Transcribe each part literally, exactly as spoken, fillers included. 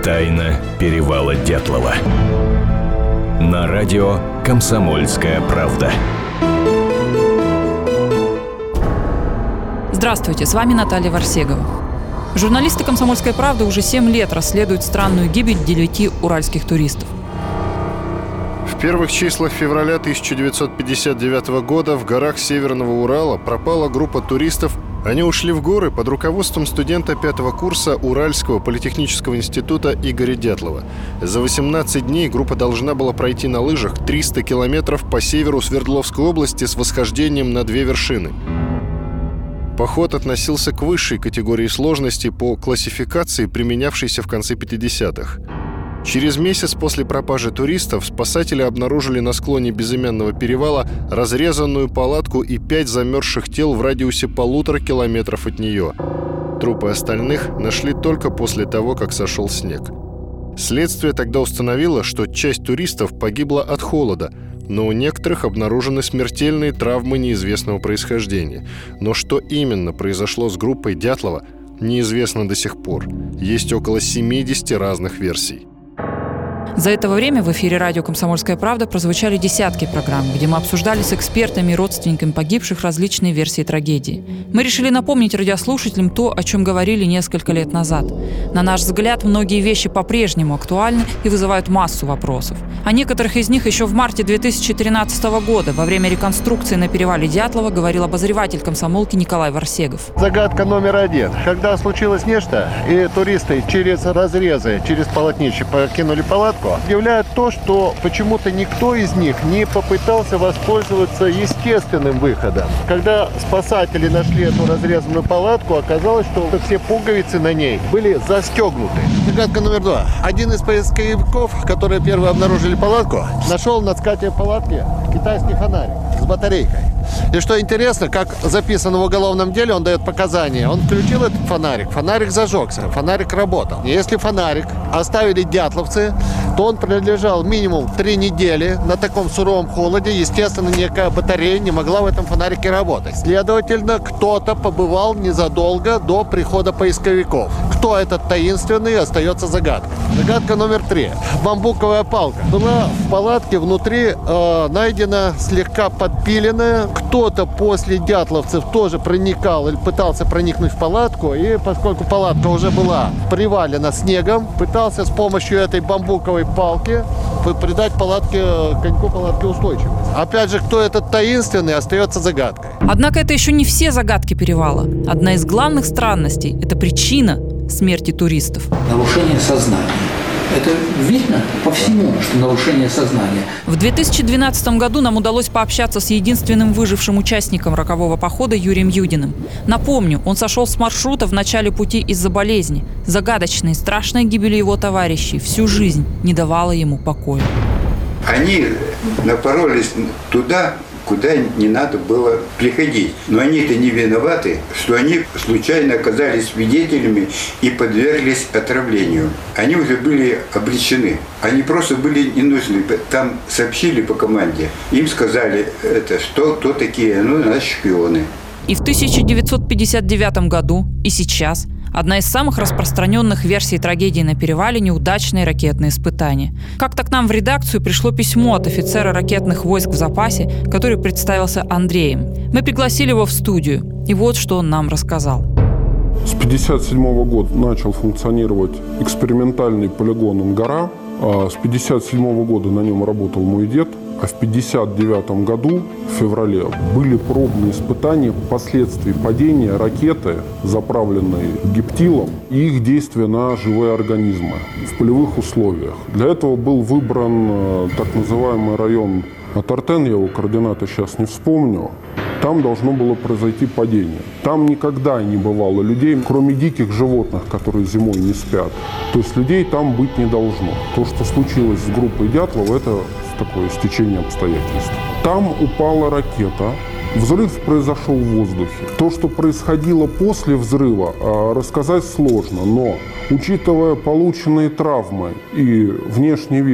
Тайна перевала Дятлова. На радио «Комсомольская правда». Здравствуйте, с вами Наталья Варсегова. Журналисты «Комсомольской правды» уже семь лет расследуют странную гибель девяти уральских туристов. В первых числах февраля тысяча девятьсот пятьдесят девятого года в горах Северного Урала пропала группа туристов. Они ушли в горы под руководством студента пятого курса Уральского политехнического института Игоря Дятлова. За восемнадцать дней группа должна была пройти на лыжах триста километров по северу Свердловской области с восхождением на две вершины. Поход относился к высшей категории сложности по классификации, применявшейся в конце пятидесятых. Через месяц после пропажи туристов спасатели обнаружили на склоне безымянного перевала разрезанную палатку и пять замерзших тел в радиусе полутора километров от нее. Трупы остальных нашли только после того, как сошел снег. Следствие тогда установило, что часть туристов погибла от холода, но у некоторых обнаружены смертельные травмы неизвестного происхождения. Но что именно произошло с группой Дятлова, неизвестно до сих пор. Есть около семидесяти разных версий. За это время в эфире радио «Комсомольская правда» прозвучали десятки программ, где мы обсуждали с экспертами и родственниками погибших различные версии трагедии. Мы решили напомнить радиослушателям то, о чем говорили несколько лет назад. На наш взгляд, многие вещи по-прежнему актуальны и вызывают массу вопросов. О некоторых из них еще в марте две тысячи тринадцатого года во время реконструкции на перевале Дятлова говорил обозреватель комсомолки Николай Варсегов. Загадка номер один. Когда случилось нечто, и туристы через разрезы, через полотнище покинули палатку, удивляет то, что почему-то никто из них не попытался воспользоваться естественным выходом. Когда спасатели нашли эту разрезанную палатку, оказалось, что все пуговицы на ней были застегнуты. Загадка номер два. Один из поисковиков, которые первые обнаружили палатку, нашел на скате палатки китайский фонарик с батарейкой. И что интересно, как записано в уголовном деле, он дает показания. Он включил этот фонарик, фонарик зажегся, фонарик работал. Если фонарик оставили дятловцы, то он пролежал минимум три недели на таком суровом холоде. Естественно, никакая батарея не могла в этом фонарике работать. Следовательно, кто-то побывал незадолго до прихода поисковиков. Кто этот таинственный, остается загадкой. Загадка номер три. Бамбуковая палка была в палатке, внутри э, найдена слегка подпиленная. Кто-то после дятловцев тоже проникал или пытался проникнуть в палатку, и поскольку палатка уже была привалена снегом, пытался с помощью этой бамбуковой палки придать палатке, коньку палатки устойчивость. Опять же, кто этот таинственный, остается загадкой. Однако это еще не все загадки перевала. Одна из главных странностей – это причина смерти туристов. Нарушение сознания. Это видно по всему, что нарушение сознания. В две тысячи двенадцатом году нам удалось пообщаться с единственным выжившим участником рокового похода Юрием Юдиным. Напомню, он сошел с маршрута в начале пути из-за болезни. Загадочная и страшная гибель его товарищей всю жизнь не давала ему покоя. Они напоролись туда, куда не надо было приходить. Но они-то не виноваты, что они случайно оказались свидетелями и подверглись отравлению. Они уже были обречены. Они просто были не нужны. Там сообщили по команде. Им сказали, это что, кто такие? Ну, наши шпионы. И в тысяча девятьсот пятьдесят девятом году, и сейчас одна из самых распространенных версий трагедии на перевале – неудачные ракетные испытания. Как-то к нам в редакцию пришло письмо от офицера ракетных войск в запасе, который представился Андреем. Мы пригласили его в студию, и вот что он нам рассказал. С пятьдесят седьмого года начал функционировать экспериментальный полигон «Ангара». С пятьдесят седьмого года на нем работал мой дед. А в пятьдесят девятом году, в феврале, были пробные испытания последствий падения ракеты, заправленной гептилом, и их действия на живые организмы в полевых условиях. Для этого был выбран так называемый район Атартен, я его координаты сейчас не вспомню. Там должно было произойти падение. Там никогда не бывало людей, кроме диких животных, которые зимой не спят. То есть людей там быть не должно. То, что случилось с группой Дятлова, это такое стечение обстоятельств. Там упала ракета, взрыв произошел в воздухе. То, что происходило после взрыва, рассказать сложно, но учитывая полученные травмы и внешний вид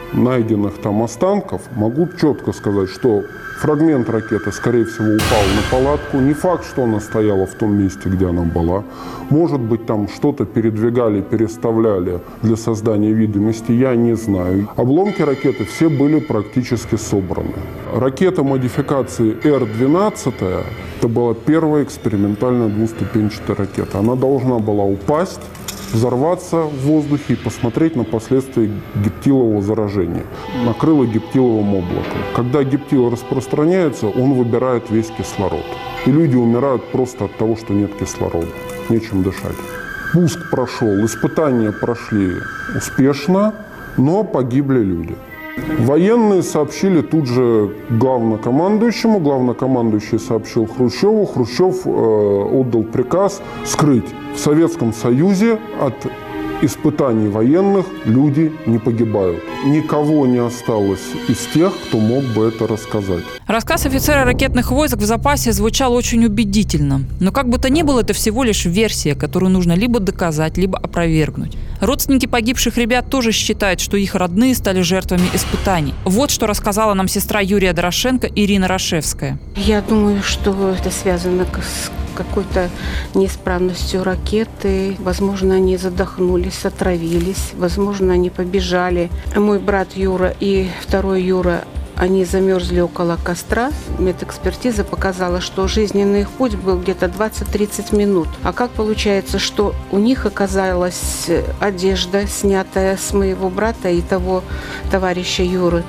найденных там останков, могу четко сказать, что фрагмент ракеты, скорее всего, упал на палатку. Не факт, что она стояла в том месте, где она была. Может быть, там что-то передвигали, переставляли для создания видимости, я не знаю. Обломки ракеты все были практически собраны. Ракета модификации Р двенадцать – это была первая экспериментальная двуступенчатая ракета. Она должна была упасть, взорваться в воздухе и посмотреть на последствия гептилового заражения. Накрыло гептиловым облаком. Когда гептил распространяется, он выбирает весь кислород. И люди умирают просто от того, что нет кислорода. Нечем дышать. Пуск прошел, испытания прошли успешно, но погибли люди. Военные сообщили тут же главнокомандующему. Главнокомандующий сообщил Хрущеву. Хрущев э, отдал приказ скрыть. В Советском Союзе от испытаний военных люди не погибают. Никого не осталось из тех, кто мог бы это рассказать. Рассказ офицера ракетных войск в запасе звучал очень убедительно. Но как бы то ни было, это всего лишь версия, которую нужно либо доказать, либо опровергнуть. Родственники погибших ребят тоже считают, что их родные стали жертвами испытаний. Вот что рассказала нам сестра Юрия Дорошенко Ирина Рашевская. Я думаю, что это связано с какой-то неисправностью ракеты. Возможно, они задохнулись, отравились. Возможно, они побежали. Мой брат Юра и второй Юра, они замерзли около костра. Медэкспертиза показала, что жизненный их путь был где-то двадцать-тридцать минут. А как получается, что у них оказалась одежда, снятая с моего брата и того товарища Юры,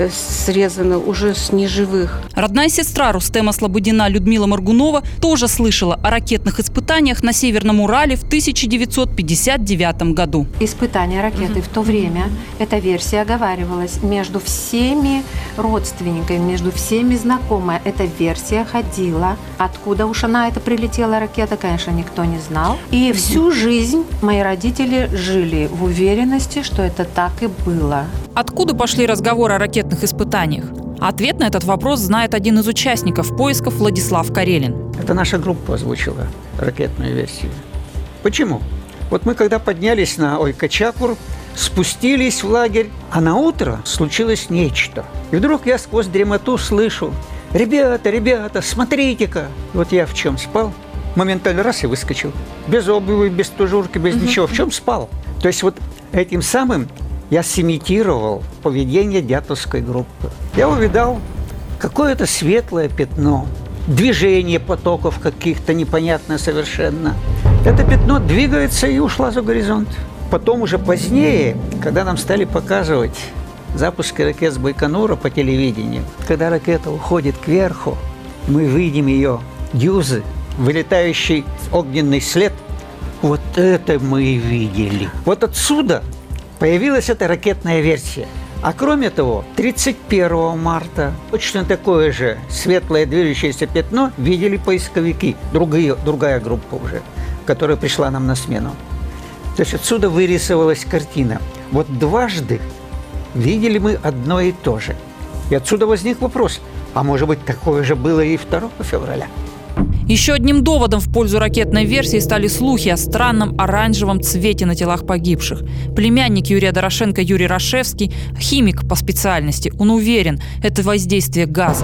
срезана уже с неживых. Родная сестра Рустема Слободина Людмила Моргунова тоже слышала о ракетных испытаниях на Северном Урале в тысяча девятьсот пятьдесят девятом году. Испытания ракеты угу. в то время, эта версия оговаривалась между всеми родственниками, между всеми знакомая. Эта версия ходила. Откуда уж она, это прилетела ракета, конечно, никто не знал. И всю жизнь мои родители жили в уверенности, что это так и было. Откуда пошли разговоры о ракетных испытаниях? Ответ на этот вопрос знает один из участников поисков Владислав Карелин. Это наша группа озвучила ракетную версию. Почему? Вот мы когда поднялись на Ойкачакур, спустились в лагерь, а на утро случилось нечто. И вдруг я сквозь дремоту слышу: «Ребята, ребята, смотрите-ка!» И вот я в чем спал, моментально раз и выскочил. Без обуви, без тужурки, без угу. ничего. В чем спал? То есть вот этим самым я сымитировал поведение дятловской группы. Я увидал какое-то светлое пятно, движение потоков каких-то непонятное совершенно. Это пятно двигается и ушло за горизонт. Потом уже позднее, когда нам стали показывать запуски ракет с Байконура по телевидению, когда ракета уходит кверху, мы видим ее дюзы, вылетающий огненный след. Вот это мы и видели. Вот отсюда появилась эта ракетная версия. А кроме того, тридцать первого марта точно такое же светлое движущееся пятно видели поисковики, другие, другая группа уже, которая пришла нам на смену. То есть отсюда вырисовалась картина. Вот дважды видели мы одно и то же. И отсюда возник вопрос, а может быть такое же было и второго февраля? Еще одним доводом в пользу ракетной версии стали слухи о странном оранжевом цвете на телах погибших. Племянник Юрия Дорошенко Юрий Рашевский, химик по специальности, он уверен, это воздействие газа.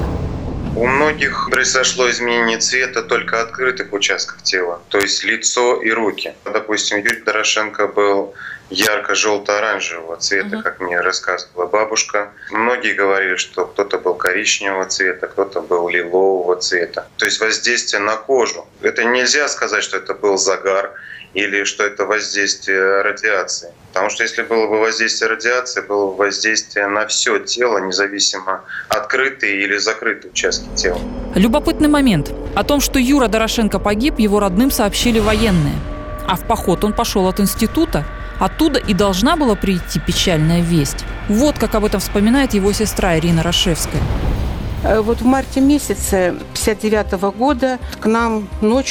У многих произошло изменение цвета только открытых участков тела, то есть лицо и руки. Допустим, Юрий Дорошенко был ярко-желто-оранжевого цвета, uh-huh. как мне рассказывала бабушка. Многие говорили, что кто-то был коричневого цвета, кто-то был лилового цвета. То есть воздействие на кожу. Это нельзя сказать, что это был загар или что это воздействие радиации. Потому что если было бы воздействие радиации, было бы воздействие на все тело, независимо открытые или закрытые участки тела. Любопытный момент. О том, что Юра Дорошенко погиб, его родным сообщили военные. А в поход он пошел от института. Оттуда и должна была прийти печальная весть. Вот как об этом вспоминает его сестра Ирина Рашевская. Вот в марте месяце пятьдесят девятого года к нам ночью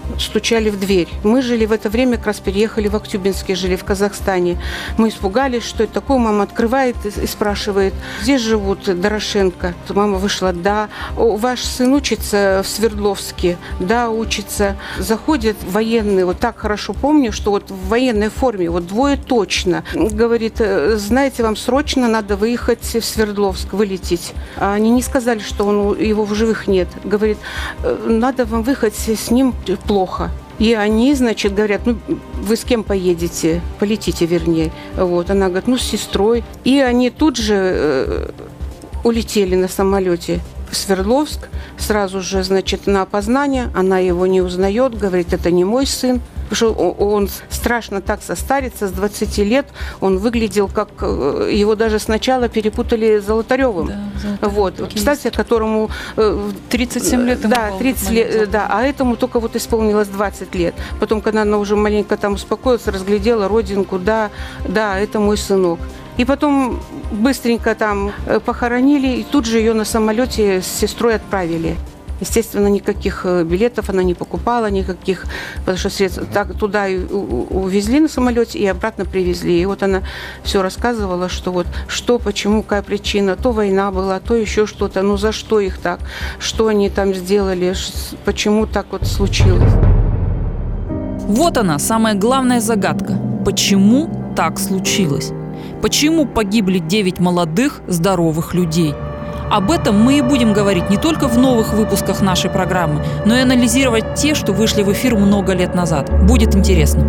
стучали в дверь. Мы жили в это время, как раз переехали в Актюбинске, жили в Казахстане. Мы испугались, что это такое. Мама открывает и спрашивает, здесь живут Дорошенко. Мама вышла, да. Ваш сын учится в Свердловске? Да, учится. Заходят военные, вот так хорошо помню, что вот в военной форме, вот двое точно. Говорит, знаете, вам срочно надо выехать в Свердловск, вылететь. А они не сказали, что он, его в живых нет. Говорит, надо вам выехать, с ним плохо. И они, значит, говорят, ну, вы с кем поедете? Полетите, вернее. Вот. Она говорит, ну, с сестрой. И они тут же э, улетели на самолете в Свердловск. Сразу же, значит, на опознание. Она его не узнает, говорит, это не мой сын. Потому что он страшно так состарится, с двадцати лет он выглядел как... Его даже сначала перепутали с Золотаревым. Да, Золотарев, вот. Представьте, которому... тридцать семь лет ему да, было. тридцать лет, да, а этому только вот исполнилось двадцать лет. Потом, когда она уже маленько там успокоилась, разглядела родинку, да, да, это мой сынок. И потом быстренько там похоронили, и тут же ее на самолете с сестрой отправили. Естественно, никаких билетов она не покупала, никаких, потому что средств так туда увезли на самолете и обратно привезли. И вот она все рассказывала, что вот что, почему, какая причина, то война была, то еще что-то, ну за что их так, что они там сделали, почему так вот случилось. Вот она, самая главная загадка. Почему так случилось? Почему погибли девять молодых, здоровых людей? Об этом мы и будем говорить не только в новых выпусках нашей программы, но и анализировать те, что вышли в эфир много лет назад. Будет интересно.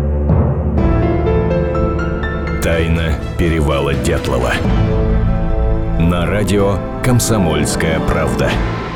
Тайна перевала Дятлова. На радио «Комсомольская правда».